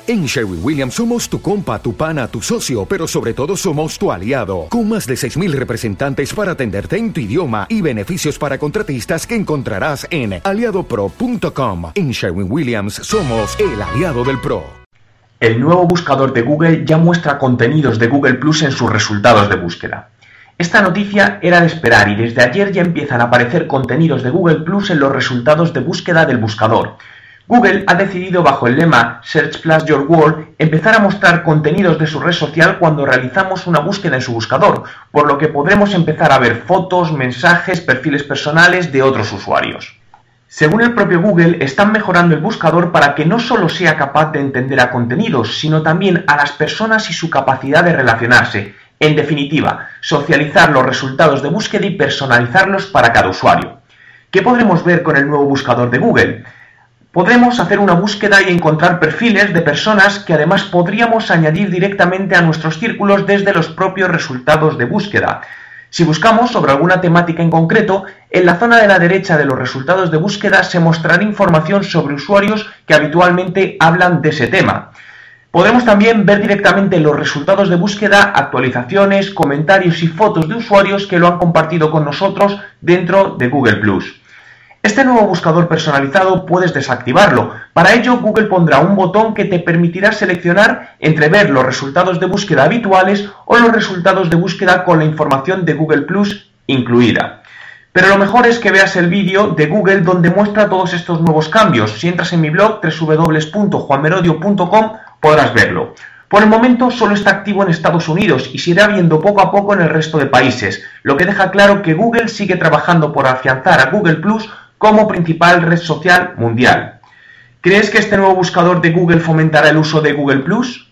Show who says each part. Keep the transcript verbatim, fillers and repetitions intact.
Speaker 1: En Sherwin-Williams somos tu compa, tu pana, tu socio, pero sobre todo somos tu aliado, con más de seis mil representantes para atenderte en tu idioma y beneficios para contratistas que encontrarás en aliado pro punto com. En Sherwin-Williams somos el aliado del pro.
Speaker 2: El nuevo buscador de Google ya muestra contenidos de Google Plus en sus resultados de búsqueda. Esta noticia era de esperar y desde ayer ya empiezan a aparecer contenidos de Google Plus en los resultados de búsqueda del buscador. Google ha decidido, bajo el lema Search Plus Your World, empezar a mostrar contenidos de su red social cuando realizamos una búsqueda en su buscador, por lo que podremos empezar a ver fotos, mensajes, perfiles personales de otros usuarios. Según el propio Google, están mejorando el buscador para que no solo sea capaz de entender a contenidos, sino también a las personas y su capacidad de relacionarse. En definitiva, socializar los resultados de búsqueda y personalizarlos para cada usuario. ¿Qué podremos ver con el nuevo buscador de Google? Podremos hacer una búsqueda y encontrar perfiles de personas que además podríamos añadir directamente a nuestros círculos desde los propios resultados de búsqueda. Si buscamos sobre alguna temática en concreto, en la zona de la derecha de los resultados de búsqueda se mostrará información sobre usuarios que habitualmente hablan de ese tema. Podremos también ver directamente en los resultados de búsqueda actualizaciones, comentarios y fotos de usuarios que lo han compartido con nosotros dentro de Google Plus. Este nuevo buscador personalizado puedes desactivarlo. Para ello, Google pondrá un botón que te permitirá seleccionar entre ver los resultados de búsqueda habituales o los resultados de búsqueda con la información de Google Plus incluida. Pero lo mejor es que veas el vídeo de Google donde muestra todos estos nuevos cambios. Si entras en mi blog doble u doble u doble u punto juan merodio punto com podrás verlo. Por el momento solo está activo en Estados Unidos y se irá viendo poco a poco en el resto de países, lo que deja claro que Google sigue trabajando por afianzar a Google Plus como principal red social mundial. ¿Crees que este nuevo buscador de Google fomentará el uso de Google Plus?